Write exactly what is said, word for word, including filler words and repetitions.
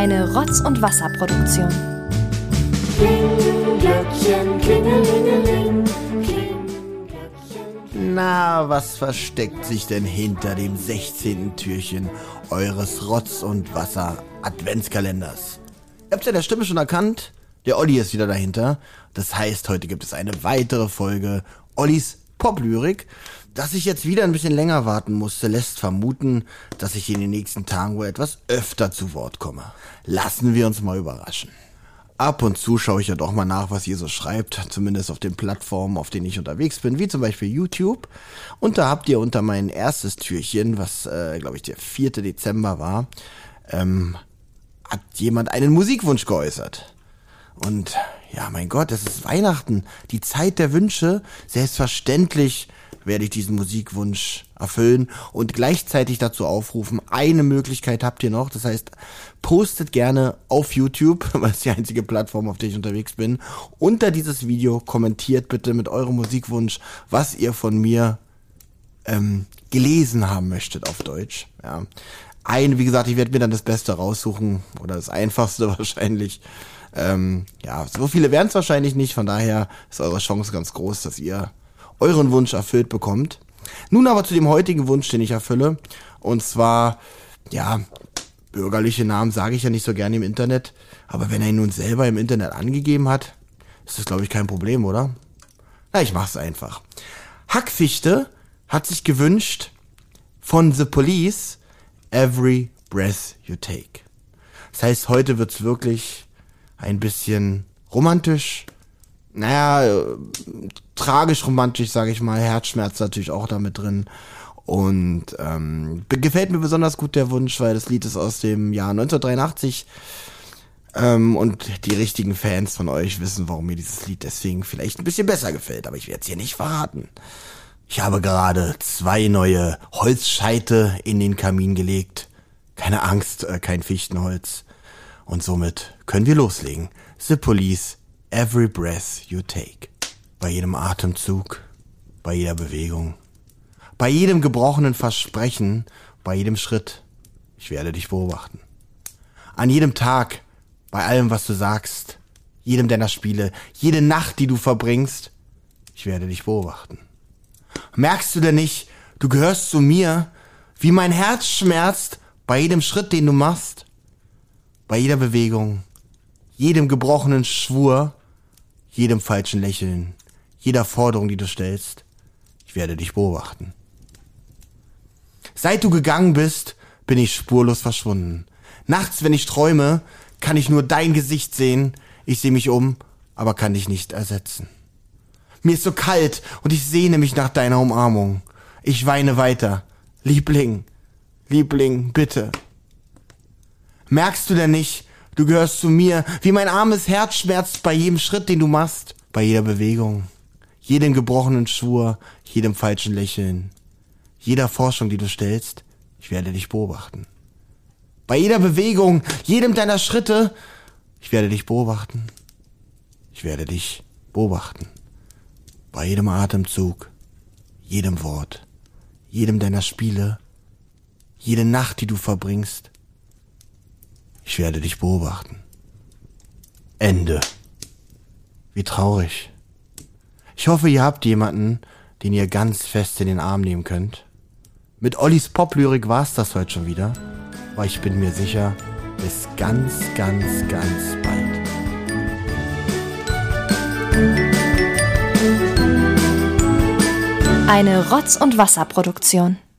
Eine Rotz- und Wasserproduktion. Klingelglöckchen, klingelingeling, Klingelglöckchen. Na, was versteckt sich denn hinter dem sechzehnten Türchen eures Rotz- und Wasser-Adventskalenders? Ihr habt ja der Stimme schon erkannt, der Olli ist wieder dahinter. Das heißt, heute gibt es eine weitere Folge Ollis Poplyrik. Dass ich jetzt wieder ein bisschen länger warten musste, lässt vermuten, dass ich in den nächsten Tagen wohl etwas öfter zu Wort komme. Lassen wir uns mal überraschen. Ab und zu schaue ich ja doch mal nach, was ihr so schreibt, zumindest auf den Plattformen, auf denen ich unterwegs bin, wie zum Beispiel YouTube. Und da habt ihr unter mein erstes Türchen, was, äh, glaube ich, der vierte Dezember war, ähm, hat jemand einen Musikwunsch geäußert. Und ja, mein Gott, es ist Weihnachten, die Zeit der Wünsche. Selbstverständlich werde ich diesen Musikwunsch erfüllen und gleichzeitig dazu aufrufen, eine Möglichkeit habt ihr noch, das heißt, postet gerne auf YouTube, weil es die einzige Plattform, auf der ich unterwegs bin, unter dieses Video, kommentiert bitte mit eurem Musikwunsch, was ihr von mir ähm, gelesen haben möchtet auf Deutsch. Ja. Ein, wie gesagt, ich werde mir dann das Beste raussuchen oder das Einfachste wahrscheinlich. Ähm, ja, so viele werden es wahrscheinlich nicht, von daher ist eure Chance ganz groß, dass ihr euren Wunsch erfüllt bekommt. Nun aber zu dem heutigen Wunsch, den ich erfülle. Und zwar, ja, bürgerliche Namen sage ich ja nicht so gerne im Internet. Aber wenn er ihn nun selber im Internet angegeben hat, ist das, glaube ich, kein Problem, oder? Na, ich mach's einfach. Hackfichte hat sich gewünscht von The Police, Every Breath You Take. Das heißt, heute wird's wirklich ein bisschen romantisch. Naja, äh, tragisch romantisch, sage ich mal, Herzschmerz natürlich auch damit drin und ähm, gefällt mir besonders gut der Wunsch, weil das Lied ist aus dem Jahr neunzehnhundertdreiundachtzig ähm, und die richtigen Fans von euch wissen, warum mir dieses Lied deswegen vielleicht ein bisschen besser gefällt, aber ich werde es hier nicht verraten. Ich habe gerade zwei neue Holzscheite in den Kamin gelegt, keine Angst, äh, kein Fichtenholz und somit können wir loslegen. The Police, Every Breath You Take. Bei jedem Atemzug, bei jeder Bewegung, bei jedem gebrochenen Versprechen, bei jedem Schritt, ich werde dich beobachten. An jedem Tag, bei allem, was du sagst, jedem deiner Spiele, jede Nacht, die du verbringst, ich werde dich beobachten. Merkst du denn nicht, du gehörst zu mir, wie mein Herz schmerzt bei jedem Schritt, den du machst, bei jeder Bewegung, jedem gebrochenen Schwur, jedem falschen Lächeln, jeder Forderung, die du stellst, ich werde dich beobachten. Seit du gegangen bist, bin ich spurlos verschwunden. Nachts, wenn ich träume, kann ich nur dein Gesicht sehen. Ich sehe mich um, aber kann dich nicht ersetzen. Mir ist so kalt und ich sehne mich nach deiner Umarmung. Ich weine weiter. Liebling, Liebling, bitte. Merkst du denn nicht, du gehörst zu mir, wie mein armes Herz schmerzt bei jedem Schritt, den du machst, bei jeder Bewegung, jedem gebrochenen Schwur, jedem falschen Lächeln, jeder Forschung, die du stellst, ich werde dich beobachten. Bei jeder Bewegung, jedem deiner Schritte, ich werde dich beobachten. Ich werde dich beobachten. Bei jedem Atemzug, jedem Wort, jedem deiner Spiele, jede Nacht, die du verbringst, ich werde dich beobachten. Ende. Wie traurig. Ich hoffe, ihr habt jemanden, den ihr ganz fest in den Arm nehmen könnt. Mit Ollis Poplyrik war's das heute schon wieder. Aber ich bin mir sicher, bis ganz, ganz, ganz bald. Eine Rotz- und Wasserproduktion.